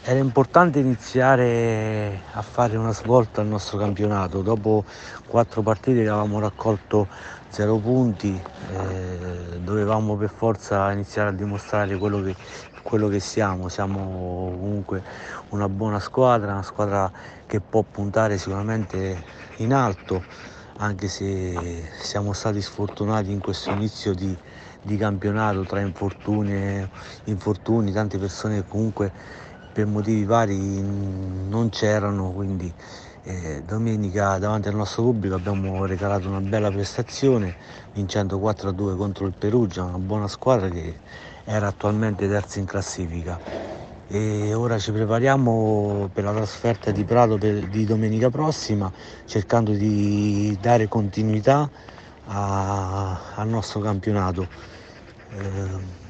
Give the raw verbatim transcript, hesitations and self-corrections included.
Era importante iniziare a fare una svolta al nostro campionato. Dopo quattro partite avevamo raccolto zero punti, eh, dovevamo per forza iniziare a dimostrare quello che, quello che siamo. Siamo comunque una buona squadra, una squadra che può puntare sicuramente in alto, anche se siamo stati sfortunati in questo inizio di, di campionato tra infortuni, infortuni, tante persone che comunque per motivi vari non c'erano, quindi eh, domenica davanti al nostro pubblico abbiamo regalato una bella prestazione vincendo quattro a due contro il Perugia, una buona squadra che era attualmente terza in classifica. E ora ci prepariamo per la trasferta di Prato per, di domenica prossima, cercando di dare continuità a, al nostro campionato. Eh,